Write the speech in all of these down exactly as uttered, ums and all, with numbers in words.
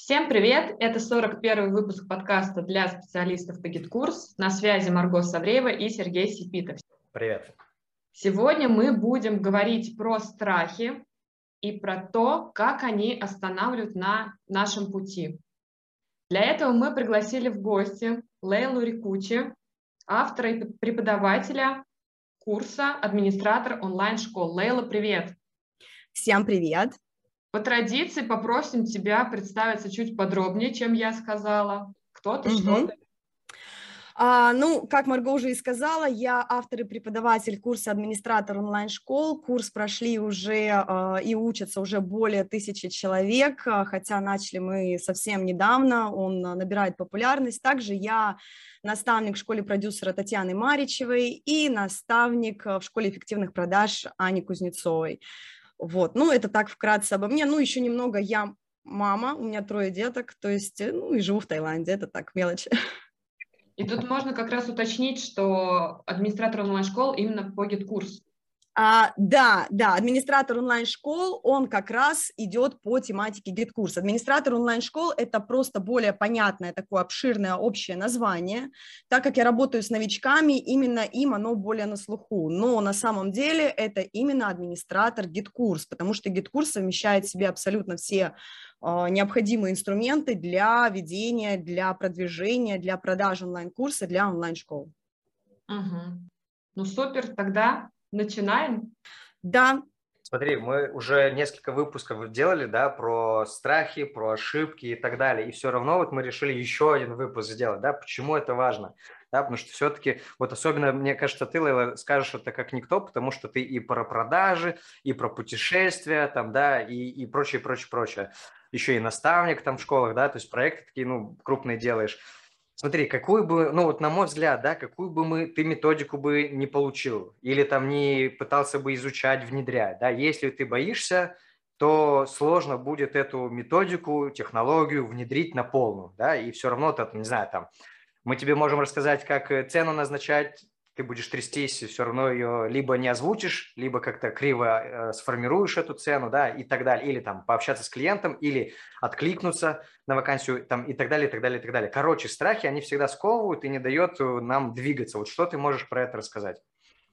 Всем привет! Это сорок первый выпуск подкаста для специалистов по гид-курс. На связи Марго Савреева и Сергей Сипитов. Привет! Сегодня мы будем говорить про страхи и про то, как они останавливают на нашем пути. Для этого мы пригласили в гости Лейлу Рикучи, автора и преподавателя курса «Администратор онлайн-школ». Лейла, привет! Всем привет! По традиции попросим тебя представиться чуть подробнее, чем я сказала. Кто ты, угу. что ты? А, ну, как Марго уже и сказала, я автор и преподаватель курса «Администратор онлайн-школ». Курс прошли уже а, и учатся уже более тысячи человек, хотя начали мы совсем недавно, он набирает популярность. Также я наставник в школе продюсера Татьяны Маричевой и наставник в школе эффективных продаж Ани Кузнецовой. Вот, ну, это так вкратце обо мне. Ну, еще немного я мама, у меня трое деток, то есть, ну, и живу в Таиланде, это так, мелочи. И тут можно как раз уточнить, что администратор онлайн-школ именно по гид-курсу. А, да, да, администратор онлайн-школ, он как раз идет по тематике гид-курс. Администратор онлайн-школ – это просто более понятное, такое обширное общее название. Так как я работаю с новичками, именно им оно более на слуху. Но на самом деле это именно администратор гид-курс, потому что гид-курс совмещает в себе абсолютно все э, необходимые инструменты для ведения, для продвижения, для продажи онлайн-курса, для онлайн-школ. Угу. Ну супер, тогда... Начинаем? Да. Смотри, мы уже несколько выпусков делали, да, про страхи, про ошибки и так далее, и все равно вот мы решили еще один выпуск сделать, да, почему это важно, да, потому что все-таки, вот особенно, мне кажется, ты, Лейла, скажешь это как никто, потому что ты и про продажи, и про путешествия, там, да, и, и прочее, прочее, прочее, еще и наставник там в школах, да, то есть проекты такие, ну, крупные делаешь. Смотри, какую бы, ну вот на мой взгляд, да, какую бы мы, ты методику бы не получил или там не пытался бы изучать, внедрять, да, если ты боишься, то сложно будет эту методику, технологию внедрить на полную, да, и все равно, ты, не знаю, там, мы тебе можем рассказать, как цену назначать, ты будешь трястись, все равно ее либо не озвучишь, либо как-то криво э, сформируешь эту цену, да, и так далее, или там пообщаться с клиентом, или откликнуться на вакансию, там, и так далее, и так далее, и так далее. Короче, страхи, они всегда сковывают и не дают нам двигаться. Вот что ты можешь про это рассказать?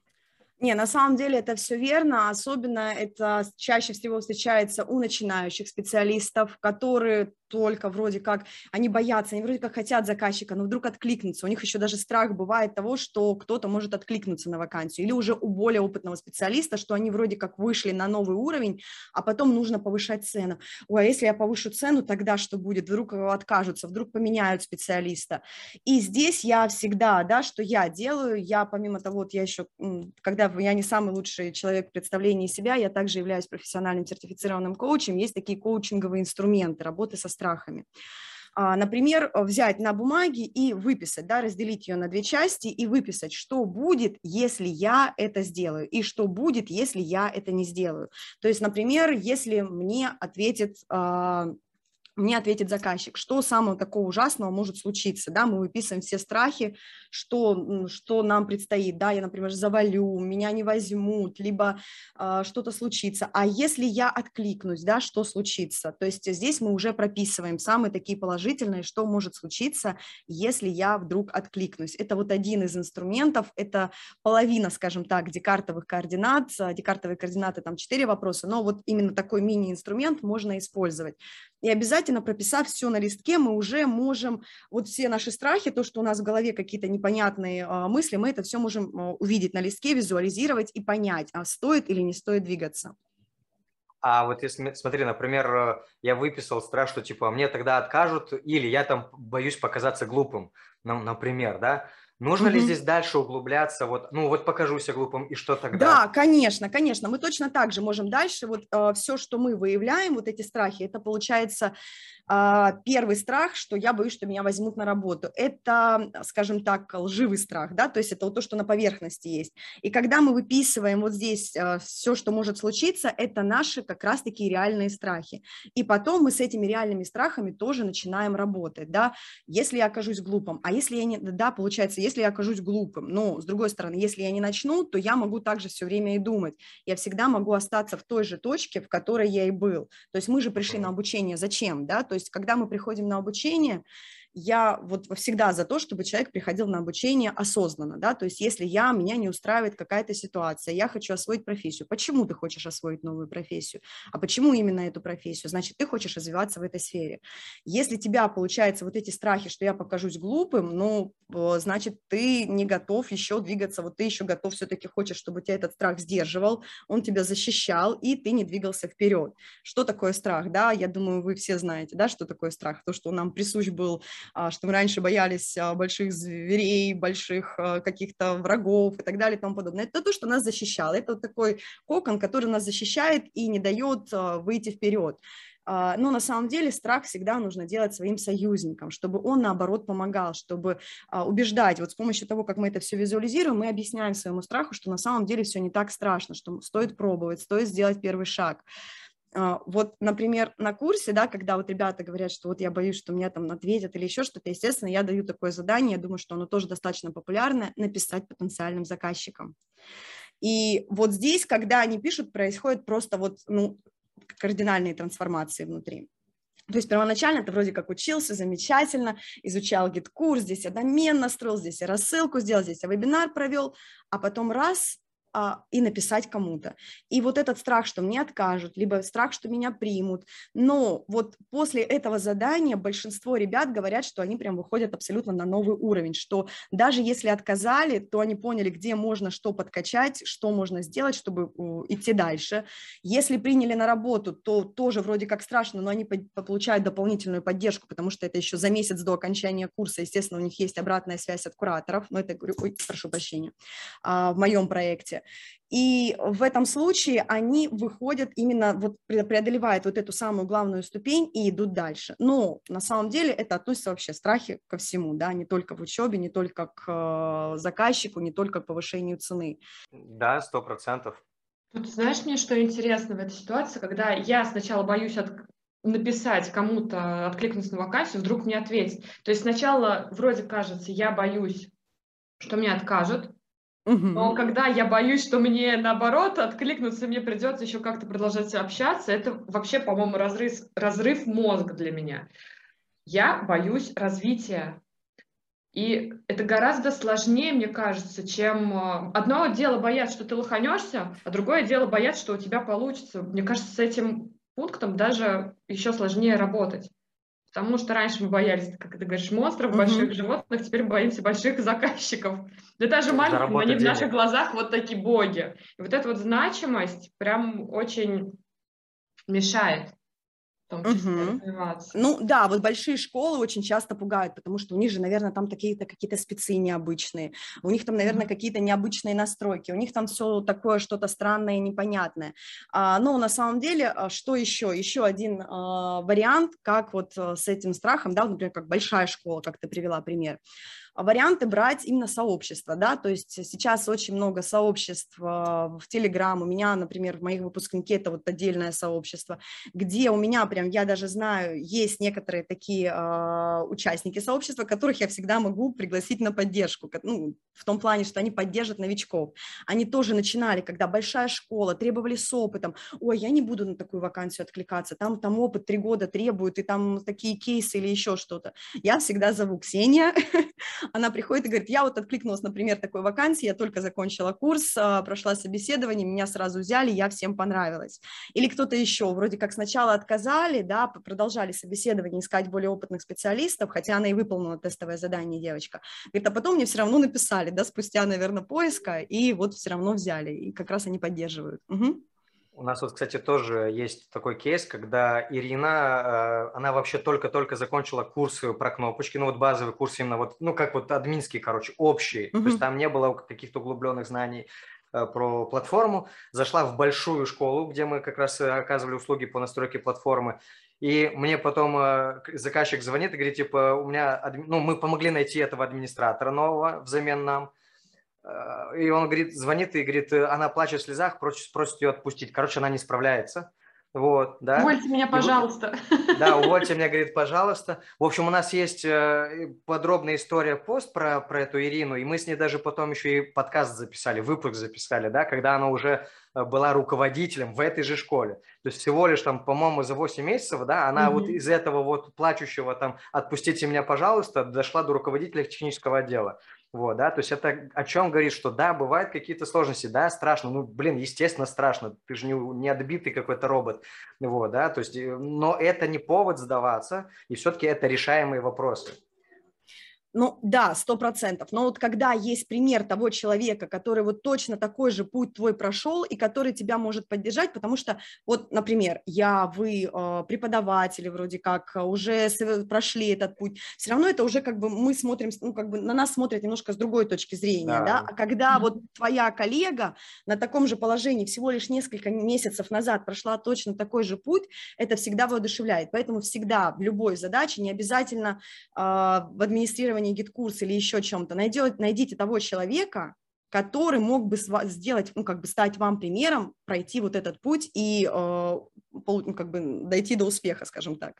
Не, на самом деле это все верно, особенно это чаще всего встречается у начинающих специалистов, которые только вроде как, они боятся, они вроде как хотят заказчика, но вдруг откликнутся, у них еще даже страх бывает того, что кто-то может откликнуться на вакансию, или уже у более опытного специалиста, что они вроде как вышли на новый уровень, а потом нужно повышать цену. Ой, а если я повышу цену, тогда что будет? Вдруг откажутся, вдруг поменяют специалиста. И здесь я всегда, да, что я делаю, я помимо того, вот я еще, когда я не самый лучший человек в представлении себя, я также являюсь профессиональным сертифицированным коучем, есть такие коучинговые инструменты работы со страхами. Например, взять на бумаге и выписать, да, разделить ее на две части и выписать, что будет, если я это сделаю, и что будет, если я это не сделаю. То есть, например, если мне ответит... Мне ответит заказчик, что самого такого ужасного может случиться, да, мы выписываем все страхи, что, что нам предстоит, да, я, например, завалю, меня не возьмут, либо э, что-то случится, а если я откликнусь, да, что случится, то есть здесь мы уже прописываем самые такие положительные, что может случиться, если я вдруг откликнусь, это вот один из инструментов, это половина, скажем так, декартовых координат, декартовые координаты, там четыре вопроса, но вот именно такой мини-инструмент можно использовать. И обязательно прописав все на листке, мы уже можем, вот все наши страхи, то, что у нас в голове какие-то непонятные а, мысли, мы это все можем а, увидеть на листке, визуализировать и понять, а стоит или не стоит двигаться. А вот если, смотри, например, я выписал страх, что типа мне тогда откажут, или я там боюсь показаться глупым, ну, например, да, нужно mm-hmm. ли здесь дальше углубляться, вот, ну вот покажу себя глупым, и что тогда? Да, конечно, конечно, мы точно так же можем дальше, вот э, все, что мы выявляем, вот эти страхи, это получается э, первый страх, что я боюсь, что меня возьмут на работу, это, скажем так, лживый страх, да, то есть это вот то, что на поверхности есть, и когда мы выписываем вот здесь э, все, что может случиться, это наши как раз-таки реальные страхи, и потом мы с этими реальными страхами тоже начинаем работать, да, если я окажусь глупым, а если я не, да, получается, если я окажусь глупым. Но, с другой стороны, если я не начну, то я могу также все время и думать. Я всегда могу остаться в той же точке, в которой я и был. То есть мы же пришли на обучение. Зачем? Да? То есть когда мы приходим на обучение, я вот всегда за то, чтобы человек приходил на обучение осознанно, да, то есть если я, меня не устраивает какая-то ситуация, я хочу освоить профессию. Почему ты хочешь освоить новую профессию? А почему именно эту профессию? Значит, ты хочешь развиваться в этой сфере. Если у тебя, получается, вот эти страхи, что я покажусь глупым, ну, значит, ты не готов еще двигаться, вот ты еще готов, все-таки хочешь, чтобы тебя этот страх сдерживал, он тебя защищал, и ты не двигался вперед. Что такое страх, да? Я думаю, вы все знаете, да, что такое страх? То, что нам присущ был, что мы раньше боялись больших зверей, больших каких-то врагов и так далее и тому подобное. Это то, что нас защищало. Это вот такой кокон, который нас защищает и не дает выйти вперед. Но на самом деле страх всегда нужно делать своим союзником, чтобы он, наоборот, помогал, чтобы убеждать. Вот с помощью того, как мы это все визуализируем, мы объясняем своему страху, что на самом деле все не так страшно, что стоит пробовать, стоит сделать первый шаг. Вот, например, на курсе, да, когда вот ребята говорят, что вот я боюсь, что меня там ответят или еще что-то, естественно, я даю такое задание, я думаю, что оно тоже достаточно популярное, написать потенциальным заказчикам. И вот здесь, когда они пишут, происходит просто вот, ну, кардинальные трансформации внутри. То есть первоначально ты вроде как учился замечательно, изучал гид-курс, здесь я домен настроил, здесь я рассылку сделал, здесь я вебинар провел, а потом раз – и написать кому-то. И вот этот страх, что мне откажут, либо страх, что меня примут. Но вот после этого задания большинство ребят говорят, что они прям выходят абсолютно на новый уровень, что даже если отказали, то они поняли, где можно что подкачать, что можно сделать, чтобы идти дальше. Если приняли на работу, то тоже вроде как страшно, но они получают дополнительную поддержку, потому что это еще за месяц до окончания курса, естественно, у них есть обратная связь от кураторов, но это, говорю, ой, прошу прощения, в моем проекте. И в этом случае они выходят именно, вот преодолевают вот эту самую главную ступень и идут дальше. Но на самом деле это относится вообще страхи ко всему, да, не только в учебе, не только к заказчику, не только к повышению цены. Да, сто процентов. Тут знаешь, мне что интересно в этой ситуации, когда я сначала боюсь от... написать кому-то, откликнуться на вакансию, вдруг мне ответить. То есть сначала вроде кажется, я боюсь, что мне откажут, но когда я боюсь, что мне, наоборот, откликнуться, мне придется еще как-то продолжать общаться, это вообще, по-моему, разрыв, разрыв мозга для меня. Я боюсь развития. И это гораздо сложнее, мне кажется, чем... Одно дело бояться, что ты лоханешься, а другое дело бояться, что у тебя получится. Мне кажется, с этим пунктом даже еще сложнее работать. Потому что раньше мы боялись, как ты говоришь, монстров, uh-huh. больших животных, теперь боимся больших заказчиков. Да даже маленькие, но они в наших глазах вот такие боги. И вот эта вот значимость прям очень мешает в том числе uh-huh. развиваться. Ну да, вот большие школы очень часто пугают, потому что у них же, наверное, там такие-то какие-то спецы необычные, у них там, наверное, uh-huh. какие-то необычные настройки, у них там все такое что-то странное и непонятное. А, но на самом деле, что еще? Еще один а, вариант, как вот с этим страхом, да, например, как большая школа, как ты привела пример. Варианты брать именно сообщества, да, то есть сейчас очень много сообществ в Telegram, у меня, например, в моих выпускнике это вот отдельное сообщество, где у меня прям, я даже знаю, есть некоторые такие э, участники сообщества, которых я всегда могу пригласить на поддержку, ну, в том плане, что они поддержат новичков. Они тоже начинали, когда большая школа, требовали с опытом, ой, я не буду на такую вакансию откликаться, там, там опыт три года требует, и там такие кейсы или еще что-то. Я всегда зову Ксения, она приходит и говорит, я вот откликнулась, например, такой вакансии, я только закончила курс, прошла собеседование, меня сразу взяли, я всем понравилась. Или кто-то еще, вроде как сначала отказали, да, продолжали собеседование, искать более опытных специалистов, хотя она и выполнила тестовое задание, девочка. Говорит, а потом мне все равно написали, да, спустя, наверное, поиска, и вот все равно взяли, и как раз они поддерживают. Угу. У нас вот, кстати, тоже есть такой кейс, когда Ирина, она вообще только-только закончила курсы про кнопочки, ну вот базовый курс именно вот, ну как вот админский, короче, общий, mm-hmm. то есть там не было каких-то углубленных знаний про платформу, зашла в большую школу, где мы как раз оказывали услуги по настройке платформы, и мне потом заказчик звонит и говорит, типа, у меня, ну мы помогли найти этого администратора нового взамен нам. И он говорит, звонит и говорит, она плачет в слезах, просит, просит ее отпустить. Короче, она не справляется. Вот, да. Увольте меня, И пожалуйста. Да, увольте меня, говорит, пожалуйста. В общем, у нас есть э, подробная история, пост про, про эту Ирину, и мы с ней даже потом еще и подкаст записали, выпуск записали, да, когда она уже э, была руководителем в этой же школе. То есть всего лишь там, по-моему, за восемь месяцев, да, она вот Мгм. из этого вот плачущего там «отпустите меня, пожалуйста» дошла до руководителя технического отдела. Вот, да, то есть это о чем говорит, что да, бывают какие-то сложности, да, страшно, ну, блин, естественно, страшно, ты же не, не отбитый какой-то робот, вот, да, то есть, э, но это не повод сдаваться, и все-таки это решаемые вопросы. Ну да, сто процентов. Но вот когда есть пример того человека, который вот точно такой же путь твой прошел и который тебя может поддержать, потому что вот, например, я, вы, э, преподаватели вроде как э, уже сов- прошли этот путь, все равно это уже как бы мы смотрим, ну как бы на нас смотрят немножко с другой точки зрения, да, Да, а когда вот Мгм. твоя коллега на таком же положении всего лишь несколько месяцев назад прошла точно такой же путь, это всегда воодушевляет. Поэтому всегда в любой задаче не обязательно а, в администрировании гид-курса или еще чем-то, найдете, найдите того человека, который мог бы сделать, ну, как бы стать вам примером, пройти вот этот путь и э, пол- ну, как бы дойти до успеха, скажем так.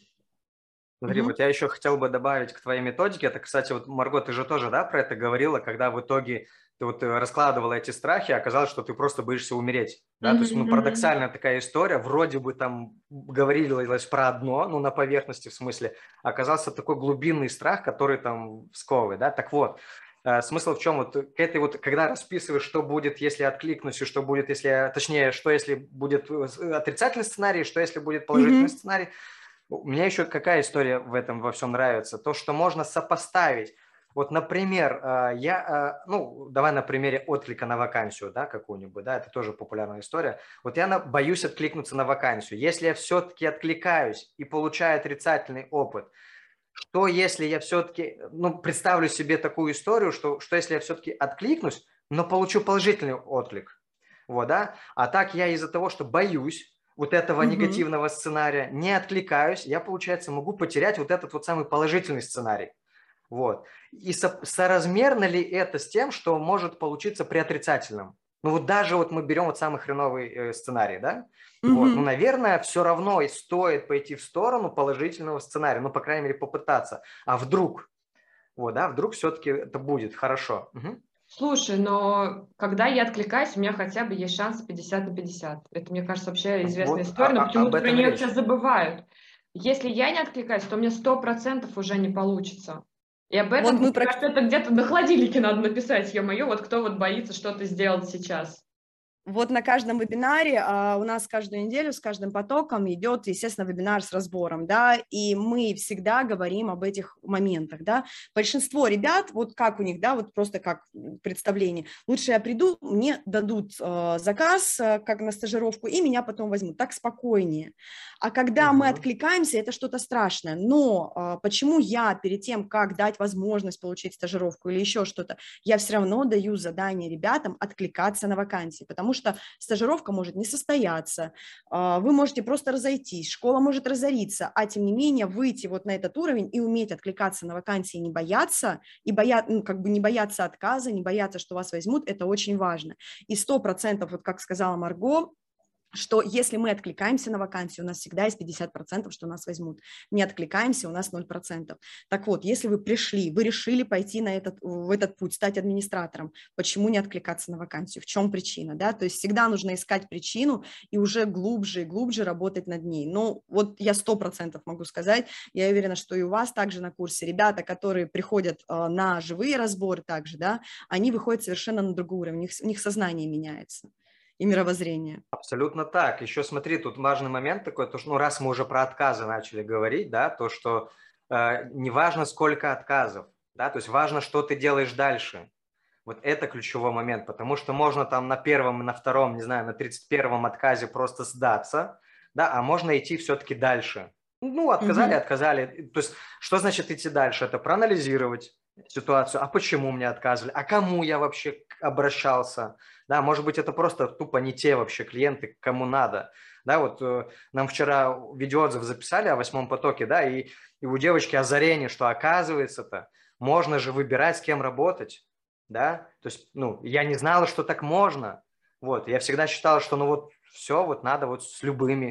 смотри, Мгм. вот я еще хотел бы добавить к твоей методике, это, кстати, вот, Марго, ты же тоже, да, про это говорила, когда в итоге ты вот э, раскладывала эти страхи, оказалось, что ты просто боишься умереть, да, то есть, Мгм. ну, Мгм. парадоксальная такая история, вроде бы там говорилось про одно, ну, на поверхности в смысле, а оказался такой глубинный страх, который там сковывает, да, так вот, э, смысл в чем, вот к этой вот, когда расписываешь, что будет, если откликнусь, и что будет, если, точнее, что если будет э, отрицательный сценарий, что если будет положительный Мгм. сценарий. Мне еще какая история в этом во всем нравится? То, что можно сопоставить. Вот, например, э, я, э, ну, давай на примере отклика на вакансию, да, какую-нибудь, да, это тоже популярная история. Вот я на- боюсь откликнуться на вакансию. Если я все-таки откликаюсь и получаю отрицательный опыт, что если я все-таки, ну, представлю себе такую историю, что, что если я все-таки откликнусь, но получу положительный отклик, вот, да, а так я из-за того, что боюсь вот этого Мгм. негативного сценария, не откликаюсь, я, получается, могу потерять вот этот вот самый положительный сценарий, вот. И со- соразмерно ли это с тем, что может получиться при отрицательном? Ну вот даже вот мы берем вот самый хреновый э, сценарий, да? Вот, ну, Мгм. наверное, все равно и стоит пойти в сторону положительного сценария, ну, по крайней мере, попытаться. А вдруг, вот, да, вдруг все-таки это будет хорошо. Мгм. Слушай, но когда я откликаюсь, у меня хотя бы есть шанс пятьдесят на пятьдесят. Это, мне кажется, вообще известная Вот а- история, но а- об почему-то про этом и нее все речь. забывают. Если я не откликаюсь, то у меня сто процентов уже не получится. И об этом, Вот мне мы практи- кажется, это где-то на холодильнике надо написать, ё-моё, вот кто вот боится что-то сделать сейчас. Вот на каждом вебинаре а, у нас каждую неделю с каждым потоком идет, естественно, вебинар с разбором, да, и мы всегда говорим об этих моментах, да. Большинство ребят, вот как у них, да, вот просто как представление, лучше я приду, мне дадут э, заказ, э, как на стажировку, и меня потом возьмут, так спокойнее. А когда мы Мгм. откликаемся, это что-то страшное, но э, почему я перед тем, как дать возможность получить стажировку или еще что-то, я все равно даю задание ребятам откликаться на вакансии, потому что стажировка может не состояться, а, вы можете просто разойтись, школа может разориться, а тем не менее выйти вот на этот уровень и уметь откликаться на вакансии, не бояться, и боя, ну, как бы не бояться отказа, не бояться, что вас возьмут, это очень важно. И сто процентов, вот как сказала Марго, что если мы откликаемся на вакансию, у нас всегда есть пятьдесят процентов, что нас возьмут. Не откликаемся, у нас ноль процентов. Так вот, если вы пришли, вы решили пойти на этот, в этот путь, стать администратором, почему не откликаться на вакансию? В чем причина? Да? То есть всегда нужно искать причину и уже глубже и глубже работать над ней. Но вот я сто процентов могу сказать, я уверена, что и у вас также на курсе ребята, которые приходят э, на живые разборы также, да, они выходят совершенно на другой уровень, у них, у них сознание меняется и мировоззрение. Абсолютно так. Еще смотри, тут важный момент такой, то, что, ну, раз мы уже про отказы начали говорить, да, то, что э, не важно, сколько отказов, да, то есть важно, что ты делаешь дальше. Вот это ключевой момент, потому что можно там на первом, на втором, не знаю, на тридцать первом отказе просто сдаться, да, а можно идти все-таки дальше. Ну, отказали, Мгм. отказали. То есть, что значит идти дальше? Это проанализировать ситуацию, а почему мне отказывали, а кому я вообще обращался, да, может быть, это просто тупо не те вообще клиенты, кому надо, да, вот э, нам вчера видеоотзыв записали о восьмом потоке, да, и, и у девочки озарение, что оказывается-то можно же выбирать, с кем работать, да, то есть, ну, я не знала, что так можно, вот, я всегда считала, что, ну, вот, все, вот надо вот с любыми,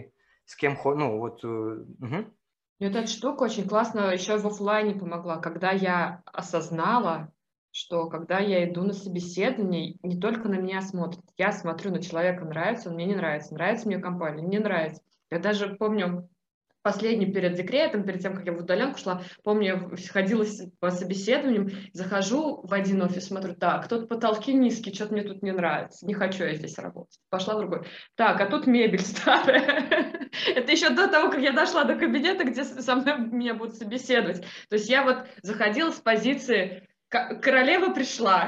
с кем, ну, вот... Угу. Мне вот эта штука очень классно еще в офлайне помогла, когда я осознала, что когда я иду на собеседование, не только на меня смотрят, я смотрю на человека, нравится он мне, не нравится, нравится мне компания, не нравится. Я даже помню, последний перед декретом, перед тем, как я в удаленку шла, помню, я ходила по собеседованиям, захожу в один офис, смотрю, так, тут потолки низкие, что-то мне тут не нравится, не хочу я здесь работать. Пошла в другой. Так, а тут мебель старая. Это еще до того, как я дошла до кабинета, где со мной меня будут собеседовать. То есть я вот заходила с позиции «королева пришла».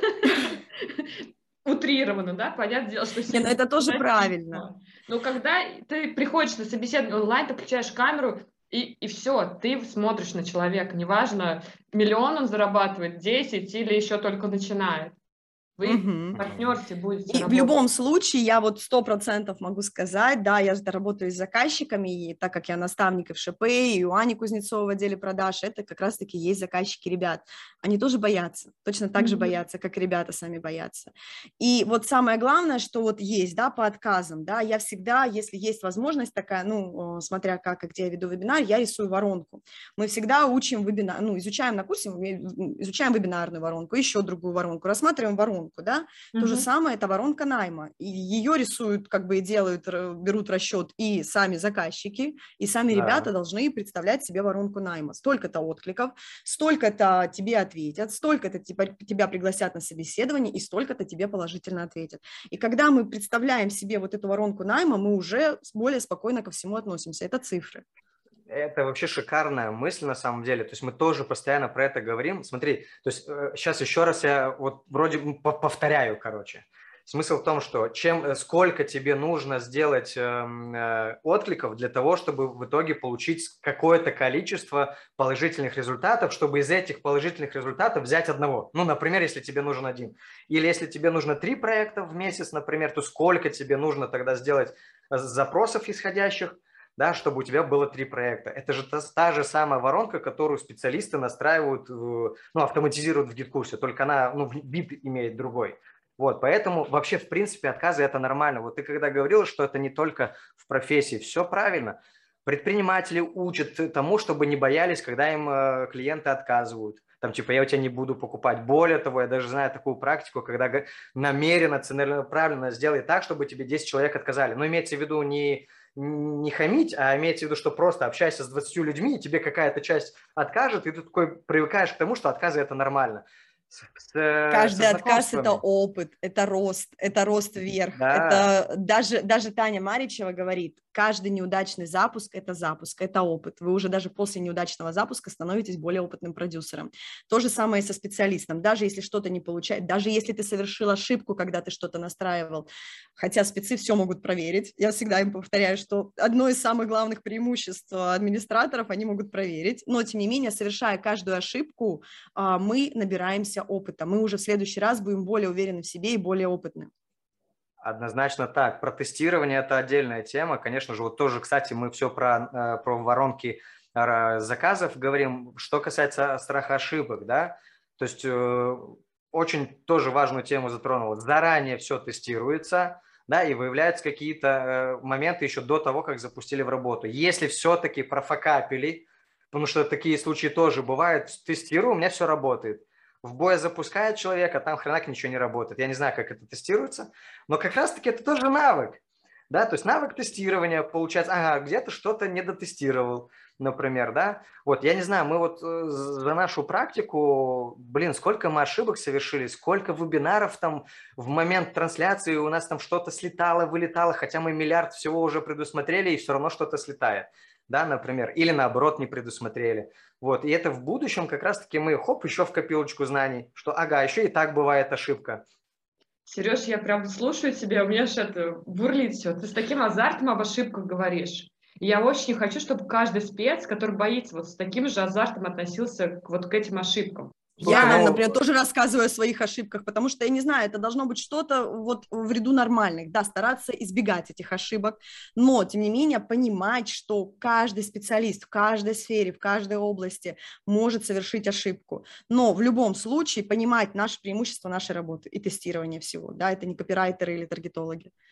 Утрированно, да, понятное дело, что... Не, ну это тоже правильно. Но когда ты приходишь на собеседование онлайн, ты включаешь камеру, и, и все, ты смотришь на человека, неважно, миллион он зарабатывает, десять или еще только начинает. Вы Угу. в партнерстве будете И работать. в любом случае, я вот сто процентов могу сказать, да, я же работаю с заказчиками, и так как я наставник в ШП, и у Ани Кузнецова в отделе продаж, это как раз-таки есть заказчики ребят. Они тоже боятся, точно так же mm-hmm. боятся, как и ребята сами боятся. И вот самое главное, что вот есть, да, по отказам, да, я всегда, если есть возможность такая, ну, смотря как и где я веду вебинар, я рисую воронку. Мы всегда учим вебинар, ну, изучаем на курсе, изучаем вебинарную воронку, еще другую воронку, рассматриваем воронку, да, mm-hmm. то же самое, это воронка найма, и ее рисуют, как бы и делают, берут расчет и сами заказчики, и сами да. ребята должны представлять себе воронку найма. Столько-то откликов, столько-то тебе ответят, столько-то тебя, тебя пригласят на собеседование, и столько-то тебе положительно ответят. И когда мы представляем себе вот эту воронку найма, мы уже более спокойно ко всему относимся. Это цифры. Это вообще шикарная мысль на самом деле, то есть мы тоже постоянно про это говорим. Смотри, то есть сейчас еще раз я вот вроде повторяю, короче. Смысл в том, что чем, сколько тебе нужно сделать э, откликов для того, чтобы в итоге получить какое-то количество положительных результатов, чтобы из этих положительных результатов взять одного. Ну, например, если тебе нужен один. Или если тебе нужно три проекта в месяц, например, то сколько тебе нужно тогда сделать запросов исходящих, да, чтобы у тебя было три проекта. Это же та, та же самая воронка, которую специалисты настраивают, ну, автоматизируют в гид-курсе, только она, ну, вид имеет другой. Вот, поэтому вообще, в принципе, отказы – это нормально. Вот ты когда говорил, что это не только в профессии, все правильно. Предприниматели учат тому, чтобы не боялись, когда им э, клиенты отказывают. Там, типа, я у тебя не буду покупать. Более того, я даже знаю такую практику, когда намеренно, целенаправленно сделай так, чтобы тебе десять человек отказали. Но имеется в виду не... не хамить, а имеется в виду, что просто общайся с двадцатью людьми, и тебе какая-то часть откажет, и ты такой привыкаешь к тому, что отказы – это нормально. С, с, Каждый отказ – это опыт, это рост, это рост вверх. Да. Это даже, даже Таня Маричева говорит, каждый неудачный запуск – это запуск, это опыт. Вы уже даже после неудачного запуска становитесь более опытным продюсером. То же самое и со специалистом. Даже если что-то не получается, даже если ты совершил ошибку, когда ты что-то настраивал, хотя спецы все могут проверить. Я всегда им повторяю, что одно из самых главных преимуществ администраторов – они могут проверить. Но, тем не менее, совершая каждую ошибку, мы набираемся опыта. Мы уже в следующий раз будем более уверены в себе и более опытны. Однозначно так. Про тестирование – это отдельная тема. Конечно же, вот тоже, кстати, мы все про, про воронки заказов говорим. Что касается страха ошибок, да, то есть очень тоже важную тему затронул. Заранее все тестируется, да, и выявляются какие-то моменты еще до того, как запустили в работу. Если все-таки профокапили, потому что такие случаи тоже бывают, тестирую, у меня все работает. В бой запускает человека, там хренак ничего не работает. Я не знаю, как это тестируется, но как раз-таки это тоже навык. Да? То есть навык тестирования получается, ага, где-то что-то не дотестировал, например, да. Вот, я не знаю, мы вот за нашу практику, блин, сколько мы ошибок совершили, сколько вебинаров там в момент трансляции у нас там что-то слетало, вылетало, хотя мы миллиард всего уже предусмотрели, и все равно что-то слетает. Да, например, или наоборот не предусмотрели. Вот, и это в будущем как раз-таки мы, хоп, еще в копилочку знаний, что, ага, еще и так бывает ошибка. Сереж, я прям слушаю тебя, у меня же это бурлит все. Ты с таким азартом об ошибках говоришь. И я очень хочу, чтобы каждый спец, который боится, вот с таким же азартом относился к, вот к этим ошибкам. Я, ну, например, тоже рассказываю о своих ошибках, потому что, я не знаю, это должно быть что-то вот в ряду нормальных, да, стараться избегать этих ошибок, но, тем не менее, понимать, что каждый специалист в каждой сфере, в каждой области может совершить ошибку, но в любом случае понимать наше преимущество нашей работы и тестирование всего, да, это не копирайтеры или таргетологи.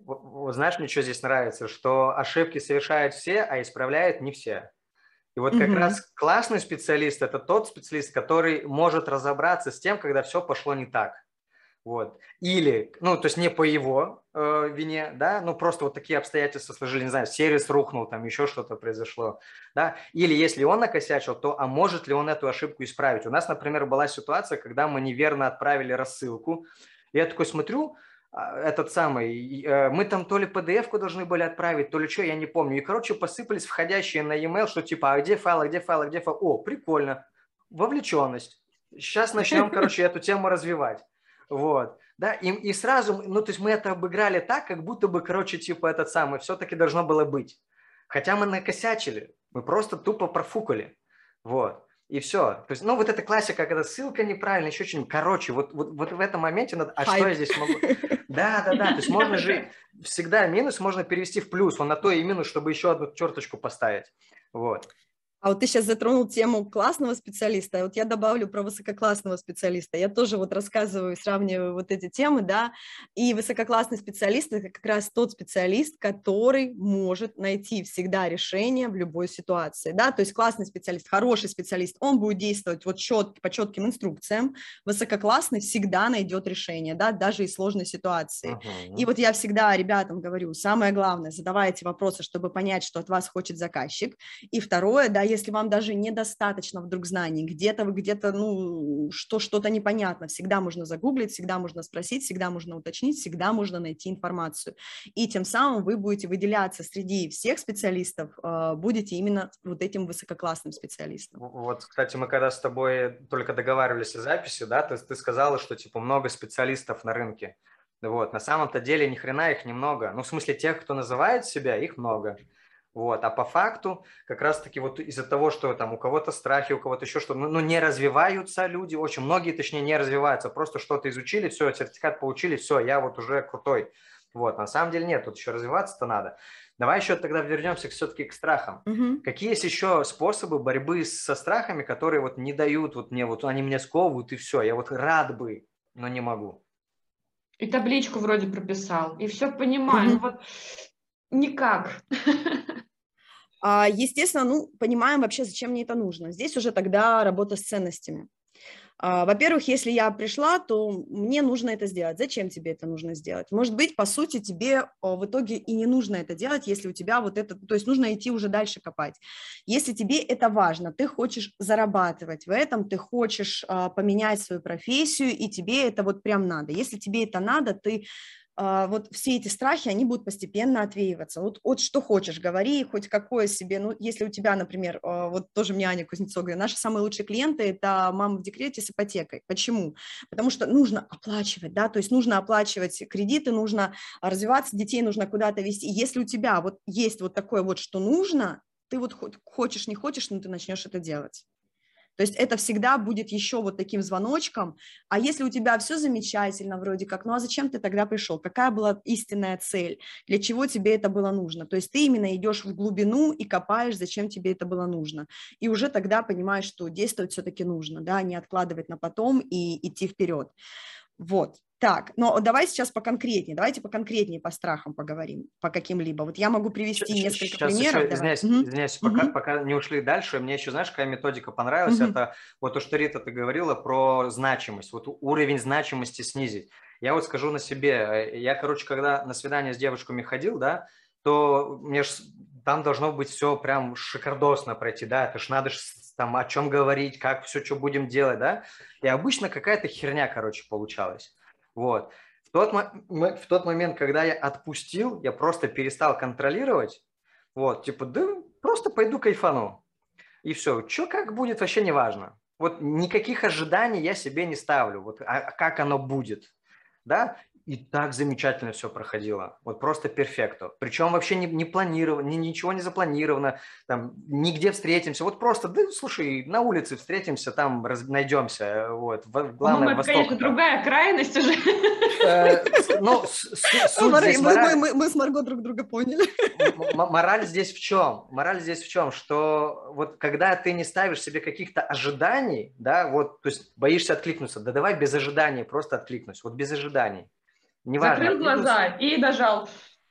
вот, вот знаешь, мне что здесь нравится, что ошибки совершают все, а исправляют не все. И вот как Мгм. раз классный специалист – это тот специалист, который может разобраться с тем, когда все пошло не так. Вот. Или, ну, то есть не по его э, вине, да, ну, просто вот такие обстоятельства сложились, не знаю, сервис рухнул, там еще что-то произошло, да. Или если он накосячил, то а может ли он эту ошибку исправить? У нас, например, была ситуация, когда мы неверно отправили рассылку. Я такой смотрю, а, этот самый, э, мы там то ли пи ди эф-ку должны были отправить, то ли что, я не помню. И, короче, посыпались входящие на e-mail, что типа, а где файл, а где файл, а где файл? О, прикольно, вовлеченность. Сейчас начнем, короче, эту тему развивать. Вот, да, и, и сразу, ну, то есть мы это обыграли так, как будто бы, короче, типа этот самый, все-таки должно было быть. Хотя мы накосячили, мы просто тупо профукали, вот, и все. То есть, ну, вот эта классика, когда ссылка неправильная, еще что-нибудь, короче, вот, вот, вот в этом моменте, надо, а что я здесь могу? Да, да, да, то есть можно же всегда минус можно перевести в плюс, он на то и минус, чтобы еще одну черточку поставить, вот. А вот ты сейчас затронул тему классного специалиста, вот я добавлю про высококлассного специалиста. Я тоже вот рассказываю, сравниваю вот эти темы, да, и высококлассный специалист – это как раз тот специалист, который может найти всегда решение в любой ситуации, да, то есть классный специалист, хороший специалист, он будет действовать вот чет, по четким инструкциям, высококлассный всегда найдет решение, да, даже из сложной ситуации. Uh-huh. И вот я всегда ребятам говорю, самое главное, задавайте вопросы, чтобы понять, что от вас хочет заказчик, и второе, да, если вам даже недостаточно вдруг знаний, где-то вы где-то, ну, что, что-то непонятно, всегда можно загуглить, всегда можно спросить, всегда можно уточнить, всегда можно найти информацию. И тем самым вы будете выделяться среди всех специалистов, будете именно вот этим высококлассным специалистом. Вот, кстати, мы когда с тобой только договаривались о записи, да, ты, ты сказала, что, типа, много специалистов на рынке. Вот, на самом-то деле ни хрена их немного. Ну, в смысле, тех, кто называет себя, их много. Вот, а по факту, как раз-таки вот из-за того, что там у кого-то страхи, у кого-то еще что-то, ну, ну, не развиваются люди, очень многие, точнее, не развиваются, просто что-то изучили, все, сертификат получили, все, я вот уже крутой. Вот, на самом деле нет, тут еще развиваться-то надо. Давай еще тогда вернемся все-таки к страхам. Угу. Какие есть еще способы борьбы со страхами, которые вот не дают, вот мне, вот они меня сковывают, и все, я вот рад бы, но не могу. И табличку вроде прописал, и все понимаю, Угу. ну вот никак. Естественно, ну, понимаем вообще, зачем мне это нужно. Здесь уже тогда работа с ценностями. Во-первых, если я пришла, то мне нужно это сделать. Зачем тебе это нужно сделать? Может быть, по сути, тебе в итоге и не нужно это делать, если у тебя вот это, то есть нужно идти уже дальше копать. Если тебе это важно, ты хочешь зарабатывать в этом, ты хочешь поменять свою профессию, и тебе это вот прям надо. Если тебе это надо, ты... вот все эти страхи, они будут постепенно отвеиваться. Вот, вот что хочешь, говори, хоть какое себе, ну, если у тебя, например, вот тоже мне Аня Кузнецова говорит, наши самые лучшие клиенты – это мамы в декрете с ипотекой. Почему? Потому что нужно оплачивать, да, то есть нужно оплачивать кредиты, нужно развиваться, детей нужно куда-то везти. И если у тебя вот есть вот такое вот, что нужно, ты вот хочешь, не хочешь, но ты начнешь это делать. То есть это всегда будет еще вот таким звоночком, а если у тебя все замечательно вроде как, ну а зачем ты тогда пришел, какая была истинная цель, для чего тебе это было нужно, то есть ты именно идешь в глубину и копаешь, зачем тебе это было нужно, и уже тогда понимаешь, что действовать все-таки нужно, да, не откладывать на потом и идти вперед. Вот, так, но давай сейчас поконкретнее, давайте поконкретнее по страхам поговорим, по каким-либо. Вот я могу привести Сейчас, несколько сейчас примеров. еще, извиняюсь, угу. извиняюсь угу. пока, пока не ушли дальше, мне еще, знаешь, какая методика понравилась, угу. это вот то, что, Рита, ты говорила про значимость, вот уровень значимости снизить. Я вот скажу на себе, я, короче, когда на свидание с девушками ходил, да, то мне ж, там должно быть все прям шикардосно пройти, да, это ж надо ж там о чем говорить, как все, что будем делать, да, и обычно какая-то херня, короче, получалась, вот. В тот, в тот момент, когда я отпустил, я просто перестал контролировать, вот, типа, да просто пойду кайфану, и все, что как будет, вообще не важно, вот никаких ожиданий я себе не ставлю, вот, а как оно будет, да, и так замечательно все проходило, вот просто перфекто. Причем вообще не, не планировано, ни, ничего не запланировано, там, нигде встретимся, вот просто, да, слушай, на улице встретимся, там раз, найдемся, вот, главное, это, конечно, другая крайность уже. Ну, суть здесь... Мы с Марго друг друга поняли. Мораль здесь в чем? Мораль здесь в чем? Что вот когда ты не ставишь себе каких-то ожиданий, да, вот, то есть боишься откликнуться, да давай без ожиданий просто откликнусь, вот без ожиданий. Неважно, закрыл глаза и дожал.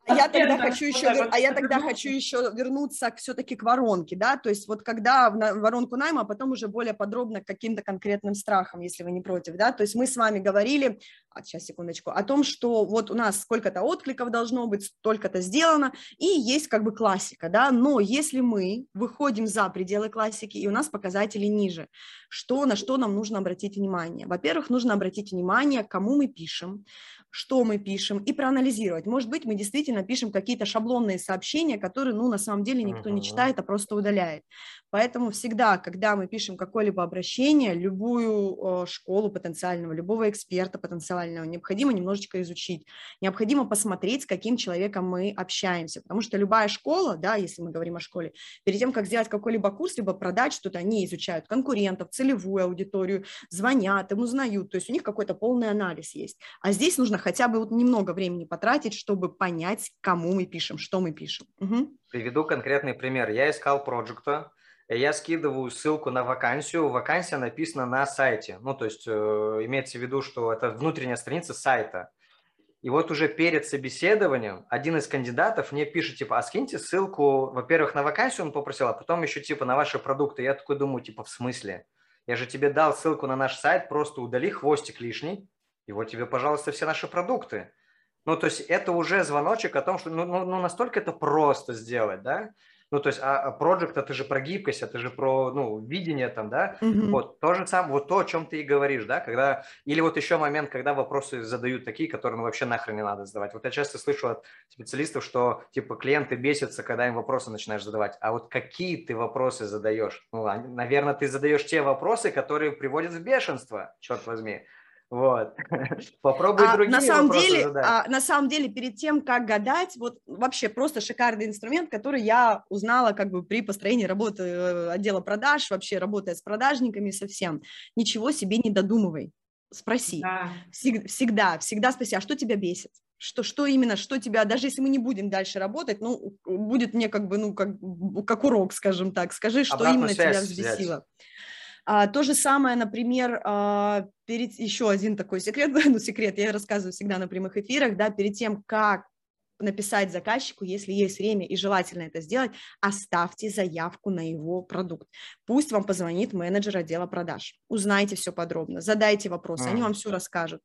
А я тогда хочу еще, а я тогда хочу еще вернуться все-таки к воронке, да, то есть вот когда в воронку найма, а потом уже более подробно к каким-то конкретным страхам, если вы не против, да, то есть мы с вами говорили, а, сейчас, секундочку, о том, что вот у нас сколько-то откликов должно быть, столько-то сделано, и есть как бы классика, да, но если мы выходим за пределы классики, и у нас показатели ниже, что, на что нам нужно обратить внимание? Во-первых, нужно обратить внимание, кому мы пишем, что мы пишем, и проанализировать. Может быть, мы действительно пишем какие-то шаблонные сообщения, которые, ну, на самом деле никто не читает, а просто удаляет. Поэтому всегда, когда мы пишем какое-либо обращение, любую э, школу потенциального, любого эксперта потенциального, необходимо немножечко изучить, необходимо посмотреть, с каким человеком мы общаемся, потому что любая школа, да, если мы говорим о школе, перед тем, как сделать какой-либо курс, либо продать что-то, они изучают конкурентов, целевую аудиторию, звонят, им узнают, то есть у них какой-то полный анализ есть. А здесь нужно хотя бы вот немного времени потратить, чтобы понять, кому мы пишем, что мы пишем. Угу. Приведу конкретный пример. Я искал проекта, я скидываю ссылку на вакансию, вакансия написана на сайте, ну, то есть э, имеется в виду, что это внутренняя страница сайта. И вот уже перед собеседованием один из кандидатов мне пишет, типа, а скиньте ссылку, во-первых, на вакансию он попросил, а потом еще, типа, на ваши продукты. Я такой думаю, типа, в смысле? Я же тебе дал ссылку на наш сайт, просто удали хвостик лишний, и вот тебе, пожалуйста, все наши продукты. Ну, то есть это уже звоночек о том, что ну, ну, настолько это просто сделать, да? Ну, то есть, а проект это же про гибкость, это же про, ну, видение там, да? Mm-hmm. Вот то же самое, вот то, о чем ты и говоришь, да? Когда, или вот еще момент, когда вопросы задают такие, которые ну, вообще нахрен не надо задавать. Вот я часто слышу от специалистов, что, типа, клиенты бесятся, когда им вопросы начинаешь задавать. А вот какие ты вопросы задаешь? Ну, наверное, ты задаешь те вопросы, которые приводят в бешенство, черт возьми. Вот. Попробуй а, другие на самом вопросы деле, задать. А, на самом деле, перед тем, как гадать, вот вообще просто шикарный инструмент, который я узнала как бы при построении работы отдела продаж, вообще работая с продажниками совсем. Ничего себе не додумывай. Спроси. Да. Всег, всегда, всегда спроси, а что тебя бесит? Что, что именно, что тебя, даже если мы не будем дальше работать, ну, будет мне как бы, ну, как, как урок, скажем так. Скажи, что Обратную именно тебя взбесило. Взять. А, то же самое, например, а, перед, еще один такой секрет, ну, секрет, я рассказываю всегда на прямых эфирах, да, перед тем, как написать заказчику, если есть время и желательно это сделать, оставьте заявку на его продукт. Пусть вам позвонит менеджер отдела продаж. Узнайте все подробно, задайте вопросы, mm. они вам все расскажут.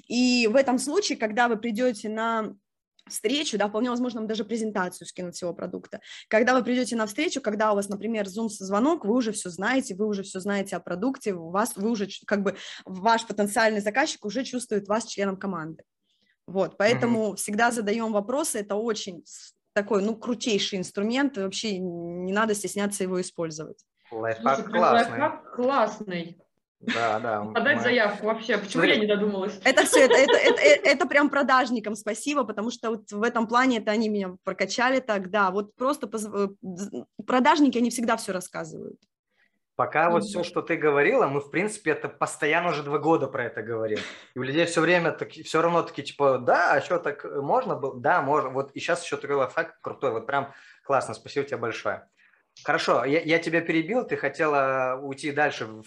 И в этом случае, когда вы придете на встречу, да, вполне возможно, даже презентацию скинуть всего продукта. Когда вы придете на встречу, когда у вас, например, Zoom-звонок, вы уже все знаете, вы уже все знаете о продукте, у вас, вы уже, как бы, ваш потенциальный заказчик уже чувствует вас членом команды. Вот, поэтому mm-hmm. всегда задаем вопросы, это очень такой, ну, крутейший инструмент, и вообще не надо стесняться его использовать. Лайфхак классный. Лайфхак классный. Да, да. Подать мы... заявку вообще. Почему Смотри, я не додумалась? Это все, это, это, это, это, это прям продажникам спасибо, потому что вот в этом плане это они меня прокачали так, да, вот просто поз... продажники, они всегда все рассказывают. Пока mm-hmm. вот все, что ты говорила, мы, в принципе, это постоянно уже два года про это говорим. И у людей все время таки, все равно такие, типа, да, а что, так можно было? Да, можно. Вот и сейчас еще такой лайфхак крутой, вот прям классно, спасибо тебе большое. Хорошо, я, я тебя перебил, ты хотела уйти дальше в,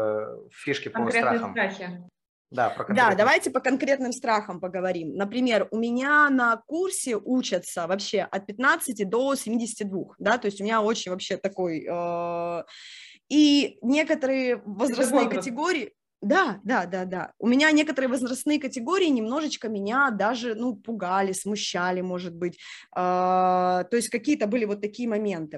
в фишки по страхам. Страхи. Да, про да, давайте по конкретным страхам поговорим. Например, у меня на курсе учатся вообще от пятнадцати до семидесяти двух, да, то есть у меня очень вообще такой... Э, и некоторые возрастные категории... Да, да, да, да. У меня некоторые возрастные категории немножечко меня даже, ну, пугали, смущали, может быть. Э, то есть какие-то были вот такие моменты.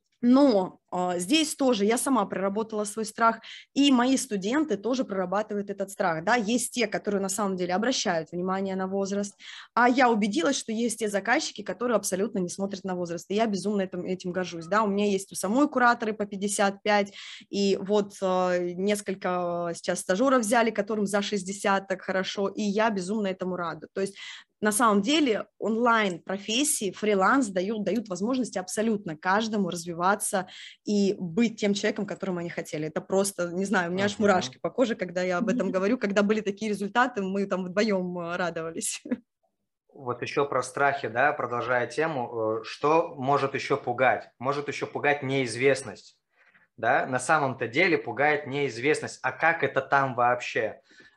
Но а, здесь тоже я сама проработала свой страх, и мои студенты тоже прорабатывают этот страх. Да? Есть те, которые на самом деле обращают внимание на возраст, а я убедилась, что есть те заказчики, которые абсолютно не смотрят на возраст, и я безумно этим, этим горжусь. Да? У меня есть у самой кураторы по пятьдесят пять, и вот а, несколько сейчас стажеров взяли, которым за шестьдесят так хорошо, и я безумно этому рада. То есть на самом деле онлайн-профессии, фриланс дают, дают возможности абсолютно каждому развиваться и быть тем человеком, которым они хотели. Это просто, не знаю, у меня аж мурашки по коже, когда я об этом говорю, когда были такие результаты, мы там вдвоем радовались. Вот еще про страхи, да, продолжая тему, что может еще пугать? Может еще пугать неизвестность, да, на самом-то деле пугает неизвестность, а как это там вообще?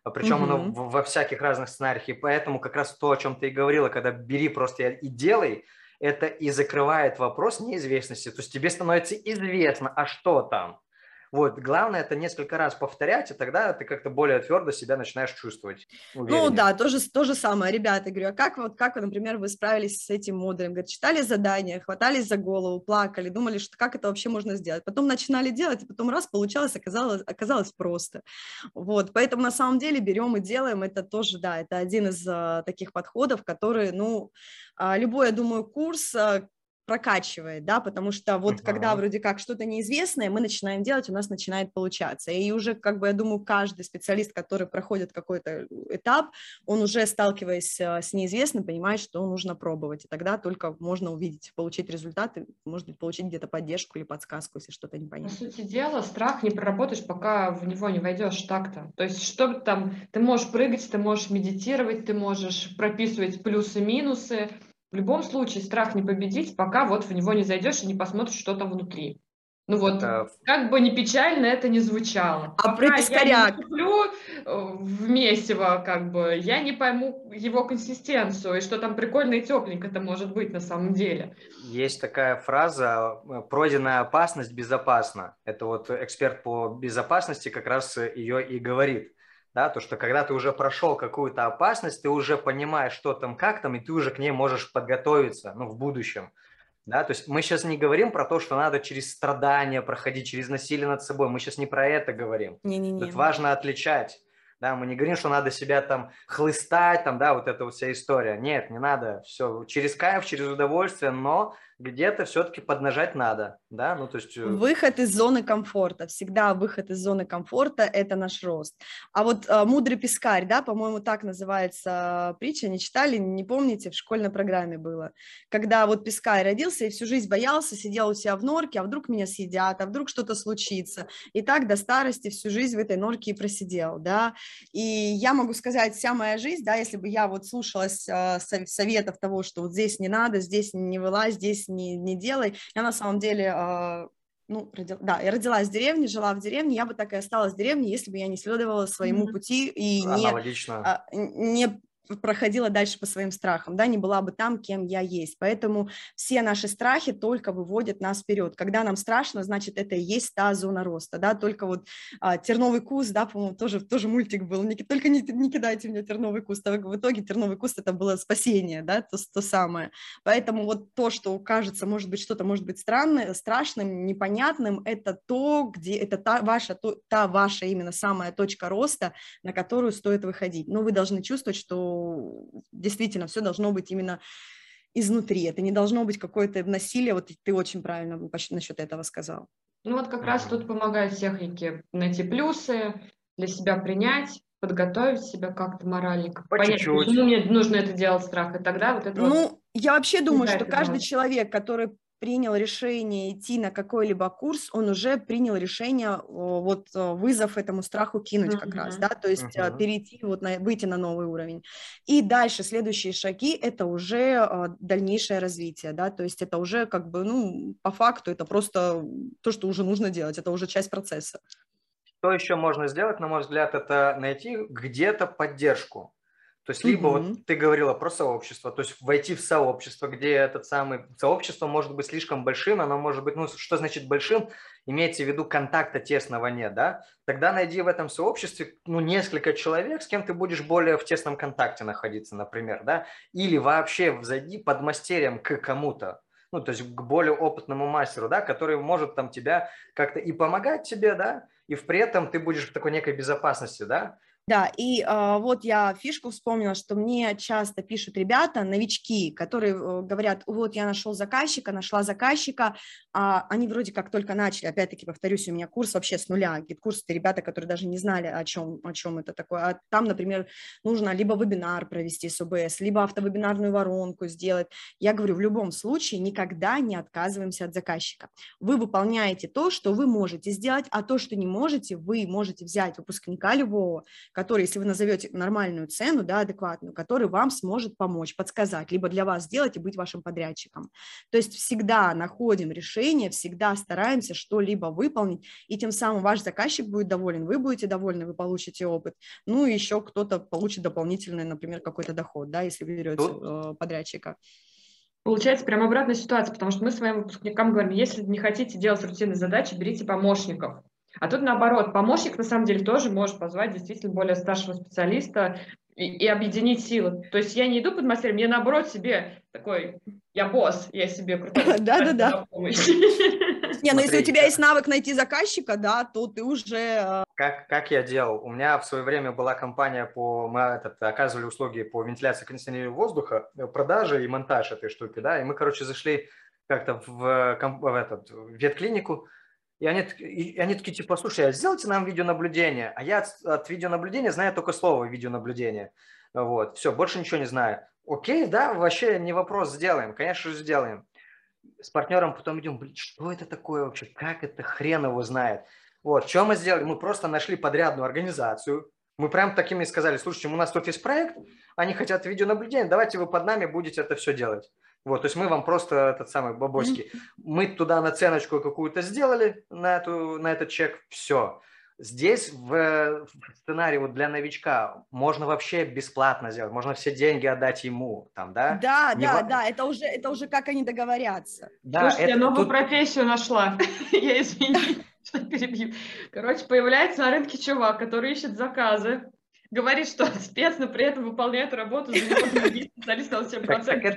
причем оно Мгм. в- во всяких разных сценариях, и поэтому как раз то, о чем ты и говорила, когда бери просто и делай, это и закрывает вопрос неизвестности, то есть тебе становится известно, а что там. Вот, главное это несколько раз повторять, и тогда ты как-то более твердо себя начинаешь чувствовать, Ну увереннее. да, то же, то же самое, ребята, говорю, а как вот, как, вы, например, вы справились с этим модулем? Говорят, читали задания, хватались за голову, плакали, думали, что как это вообще можно сделать. Потом начинали делать, и потом раз, получалось, оказалось, оказалось просто. Вот, поэтому на самом деле берем и делаем, это тоже, да, это один из а, таких подходов, которые, ну, а, любой, я думаю, курс а, прокачивает, да, потому что вот когда Мгм. вроде как что-то неизвестное, мы начинаем делать, у нас начинает получаться. И уже, как бы, я думаю, каждый специалист, который проходит какой-то этап, он уже, сталкиваясь а, с неизвестным, понимает, что нужно пробовать, и тогда только можно увидеть, получить результаты, может быть, получить где-то поддержку или подсказку, если что-то По непонятно. сути дела, страх не проработаешь, пока в него не войдешь так-то. То есть, что бы там, ты можешь прыгать, ты можешь медитировать, ты можешь прописывать плюсы-минусы. В любом случае страх не победить, пока вот в него не зайдешь и не посмотришь, что там внутри. Ну вот, Э, как бы ни печально это ни звучало. А про Пока я не пескаря, наступлю э, в месиво, как бы, я не пойму его консистенцию, и что там прикольно и тепленько-то может быть на самом деле. Есть такая фраза э, «пройденная опасность безопасна». Это вот эксперт по безопасности как раз ее и говорит. Да, то, что когда ты уже прошел какую-то опасность, ты уже понимаешь, что там, как там, и ты уже к ней можешь подготовиться, ну, в будущем. Да, то есть мы сейчас не говорим про то, что надо через страдания проходить, через насилие над собой. Мы сейчас не про это говорим. не-не-не. Тут важно отличать. Да, мы не говорим, что надо себя там хлыстать, там, да, вот эта вот вся история. Нет, не надо. Все через кайф, через удовольствие, но где-то все-таки поднажать надо. Да, ну, то есть... э, Выход из зоны комфорта, всегда выход из зоны комфорта – это наш рост. А вот э, «Мудрый пескарь», да, по-моему, так называется притча, не читали, не помните, в школьной программе было, когда вот пескарь родился и всю жизнь боялся, сидел у себя в норке, а вдруг меня съедят, а вдруг что-то случится, и так до старости всю жизнь в этой норке и просидел, да, и я могу сказать, вся моя жизнь, да, если бы я вот слушалась э, советов того, что вот здесь не надо, здесь не вылазь, здесь не, не делай, я на самом деле… Э, ну, родил, да, я родилась в деревне, жила в деревне, я бы так и осталась в деревне, если бы я не следовала своему пути и не, аналогично. а, не проходила дальше по своим страхам, да, не была бы там, кем я есть. Поэтому все наши страхи только выводят нас вперед. Когда нам страшно, значит, это и есть та зона роста, да, только вот а, терновый куст, да, по-моему, тоже, тоже мультик был, не, только не, не кидайте мне терновый куст, а в итоге терновый куст это было спасение, да, то, то самое. Поэтому вот то, что кажется, может быть, что-то может быть странным, страшным, непонятным, это то, где, это та ваша, то, та ваша именно самая точка роста, на которую стоит выходить. Но вы должны чувствовать, что действительно все должно быть именно изнутри. Это не должно быть какое-то насилие. Вот ты очень правильно насчет этого сказал. Ну вот как раз Мгм. тут помогают техники найти плюсы, для себя принять, подготовить себя как-то моральненько, По понять, чуть-чуть. почему мне нужно это делать страх, и тогда вот это вот Ну, я вообще думаю, что снижает из каждый нас. человек, который принял решение идти на какой-либо курс, он уже принял решение о, вот о, вызов этому страху кинуть как раз, да, Мгм. то есть а, Мгм. перейти, вот на, выйти на новый уровень. И дальше следующие шаги – это уже а, дальнейшее развитие, да, то есть это уже как бы, ну, по факту это просто то, что уже нужно делать, это уже часть процесса. Что еще можно сделать, на мой взгляд, это найти где-то поддержку. То есть либо Мгм. вот ты говорила про сообщество, то есть войти в сообщество, где этот самый сообщество может быть слишком большим, оно может быть, ну что значит большим, имеется в виду контакта тесного нет, да? Тогда найди в этом сообществе, ну, несколько человек, с кем ты будешь более в тесном контакте находиться, например, да? Или вообще зайди под мастерем к кому-то, ну, то есть к более опытному мастеру, да, который может там тебя как-то и помогать тебе, да, и при этом ты будешь в такой некой безопасности, да? Да, и а, вот я фишку вспомнила, что мне часто пишут ребята, новички, которые э, говорят, вот я нашел заказчика, нашла заказчика, а они вроде как только начали, опять-таки повторюсь, у меня курс вообще с нуля, гид-курс, это ребята, которые даже не знали, о чем, о чем это такое, а там, например, нужно либо вебинар провести с о бэ эс, либо автовебинарную воронку сделать. Я говорю, в любом случае никогда не отказываемся от заказчика. Вы выполняете то, что вы можете сделать, а то, что не можете, вы можете взять выпускника любого, который, если вы назовете нормальную цену, да, адекватную, который вам сможет помочь, подсказать, либо для вас сделать и быть вашим подрядчиком. То есть всегда находим решение, всегда стараемся что-либо выполнить, и тем самым ваш заказчик будет доволен, вы будете довольны, вы получите опыт, ну и еще кто-то получит дополнительный, например, какой-то доход, да, если вы берете э, подрядчика. Получается прям обратная ситуация, потому что мы своим выпускникам говорим, если не хотите делать рутинные задачи, берите помощников. А тут наоборот, помощник на самом деле тоже может позвать действительно более старшего специалиста и, и объединить силы. То есть я не иду под мастером, я наоборот себе такой, я босс, я себе крутой. Да-да-да. Не, ну если у тебя есть навык найти заказчика, да, то ты уже... Как, как я делал? У меня в свое время была компания, по, мы этот, оказывали услуги по вентиляции и кондиционированию воздуха, продажи и монтаж этой штуки, да, и мы, короче, зашли как-то в, в, этот, в ветклинику, и они, и они такие, типа, слушай, а сделайте нам видеонаблюдение, а я от, от видеонаблюдения знаю только слово видеонаблюдение, вот, все, больше ничего не знаю. Окей, да, вообще не вопрос, сделаем, конечно же, сделаем. С партнером потом идем, блин, что это такое вообще, как это, хрен его знает. Вот, что мы сделали? Мы просто нашли подрядную организацию. Мы прям такими сказали, слушайте, у нас тут есть проект, они хотят видеонаблюдение, давайте вы под нами будете это все делать. Вот, то есть мы вам просто этот самый бабоськи. Мы туда наценочку какую-то сделали на, эту, на этот чек, все. Здесь в, в сценарии вот для новичка можно вообще бесплатно сделать, можно все деньги отдать ему, там, да? Да, Не да, в... да, это уже, это уже как они договорятся. Да, слушайте, это, я новую тут... профессию нашла, я извиняюсь, что перебью. Короче, появляется на рынке чувак, который ищет заказы, говорит, что спец, но при этом выполняет работу за него другие специалисты на семь процентов.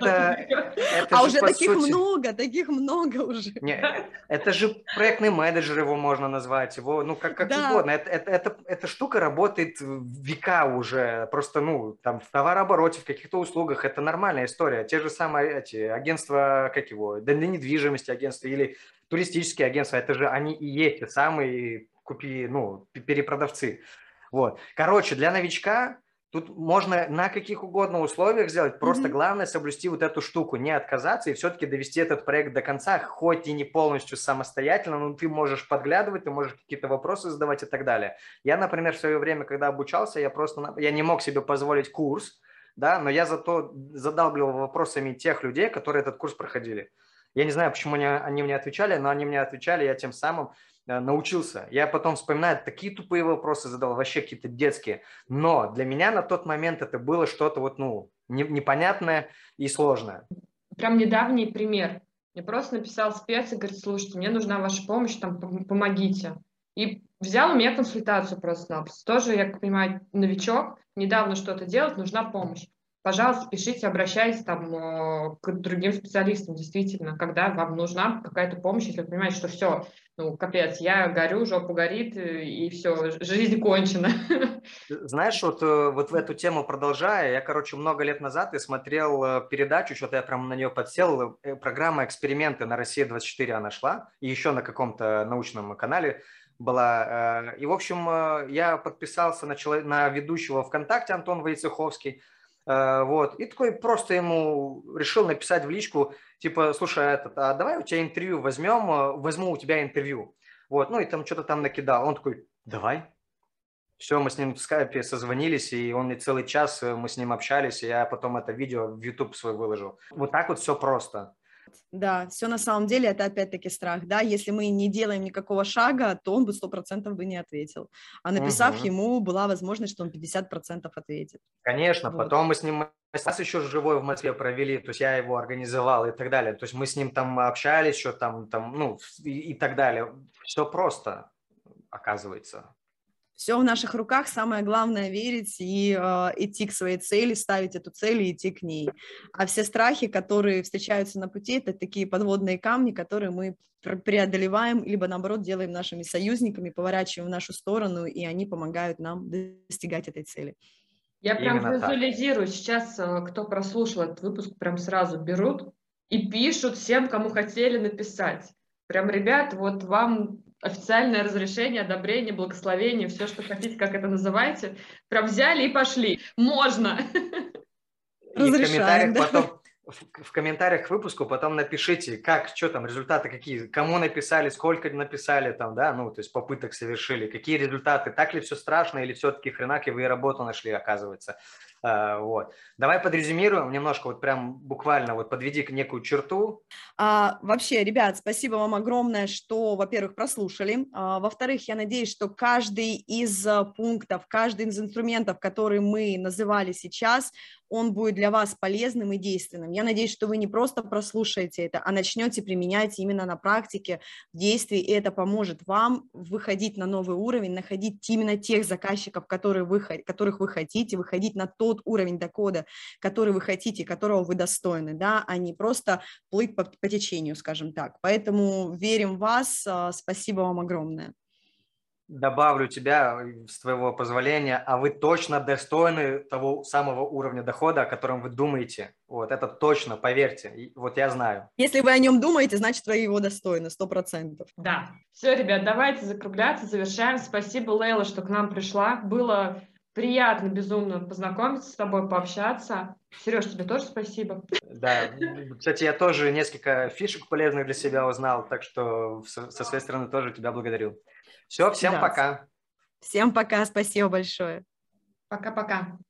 А уже таких много, таких много уже. Это же проектный менеджер, его можно назвать, его, ну, как, как угодно. Эта штука работает века уже, просто, ну, там, в товарообороте, в каких-то услугах, это нормальная история. Те же самые эти агентства, как его, для недвижимости агентства или туристические агентства, это же они и есть те самые купи, ну, перепродавцы. Вот. Короче, для новичка тут можно на каких угодно условиях сделать, просто mm-hmm. главное соблюсти вот эту штуку, не отказаться и все-таки довести этот проект до конца, хоть и не полностью самостоятельно, но ты можешь подглядывать, ты можешь какие-то вопросы задавать и так далее. Я, например, в свое время, когда обучался, я просто, я не мог себе позволить курс, да, но я зато задалбливал вопросами тех людей, которые этот курс проходили. Я не знаю, почему они, они мне отвечали, но они мне отвечали, я тем самым научился. Я потом вспоминаю, такие тупые вопросы задал, вообще какие-то детские. Но для меня на тот момент это было что-то вот, ну, непонятное и сложное. Прям недавний пример. Мне просто написал спец и говорит, слушайте, мне нужна ваша помощь, там, помогите. И взял у меня консультацию просто-напросто. Тоже, я понимаю, новичок, недавно что-то делать, нужна помощь. Пожалуйста, пишите, обращайтесь там к другим специалистам, действительно, когда вам нужна какая-то помощь, если вы понимаете, что все, ну, капец, я горю, жопа горит, и все, жизнь кончена. Знаешь, вот, вот в эту тему продолжая, я, короче, много лет назад я смотрел передачу, что-то я прям на нее подсел, программа «Эксперименты» на Россия двадцать четыре она шла, и еще на каком-то научном канале была. И, в общем, я подписался на, человек, на ведущего ВКонтакте Антон Войцеховский. Вот, и такой просто ему решил написать в личку, типа, слушай, этот, а давай у тебя интервью возьмем, возьму у тебя интервью. Вот, ну и там что-то там накидал. Он такой, давай. Все, мы с ним в скайпе созвонились, и он мне целый час, мы с ним общались, и я потом это видео в YouTube свой выложил. Вот так вот все просто. Да, все на самом деле это опять-таки страх, да, если мы не делаем никакого шага, то он бы сто процентов бы не ответил, а написав угу. ему, была возможность, что он пятьдесят процентов ответит. Конечно, вот. Потом мы с ним мастер еще живой в Москве провели, то есть я его организовал и так далее, то есть мы с ним там общались, что там, там ну и, и так далее, все просто, оказывается. Все в наших руках, самое главное верить и э, идти к своей цели, ставить эту цель и идти к ней. А все страхи, которые встречаются на пути, это такие подводные камни, которые мы преодолеваем, либо наоборот делаем нашими союзниками, поворачиваем в нашу сторону, и они помогают нам достигать этой цели. Я прям визуализирую, сейчас кто прослушал этот выпуск, прям сразу берут и пишут всем, кому хотели написать. Прям, ребят, вот вам... официальное разрешение, одобрение, благословение, все, что хотите, как это называете, прям взяли и пошли. Можно. И в комментариях, да? потом, в, в комментариях к выпуску потом напишите, как, что там, результаты какие, кому написали, сколько написали там, да, ну, то есть попыток совершили, какие результаты, так ли все страшно или все-таки хренаки вы и работу нашли, оказывается. А, вот. Давай подрезюмируем немножко, вот прям буквально вот подведи к некую черту. А, вообще, ребят, спасибо вам огромное, что, во-первых, прослушали. А, во-вторых, я надеюсь, что каждый из пунктов, каждый из инструментов, которые мы называли сейчас, он будет для вас полезным и действенным. Я надеюсь, что вы не просто прослушаете это, а начнете применять именно на практике, в действии, и это поможет вам выходить на новый уровень, находить именно тех заказчиков, которые вы, которых вы хотите, выходить на тот уровень дохода, который вы хотите, которого вы достойны, да, а не просто плыть по, по течению, скажем так. Поэтому верим в вас, спасибо вам огромное. Добавлю тебя, с твоего позволения, а вы точно достойны того самого уровня дохода, о котором вы думаете. Вот, это точно, поверьте. Вот я знаю. Если вы о нем думаете, значит, вы его достойны, сто процентов. Да. Все, ребят, давайте закругляться, завершаем. Спасибо, Лейла, что к нам пришла. Было приятно безумно познакомиться с тобой, пообщаться. Сереж, тебе тоже спасибо. Да, кстати, я тоже несколько фишек полезных для себя узнал, так что со своей стороны тоже тебя благодарю. Все, всем да. пока. Всем пока, спасибо большое. Пока-пока.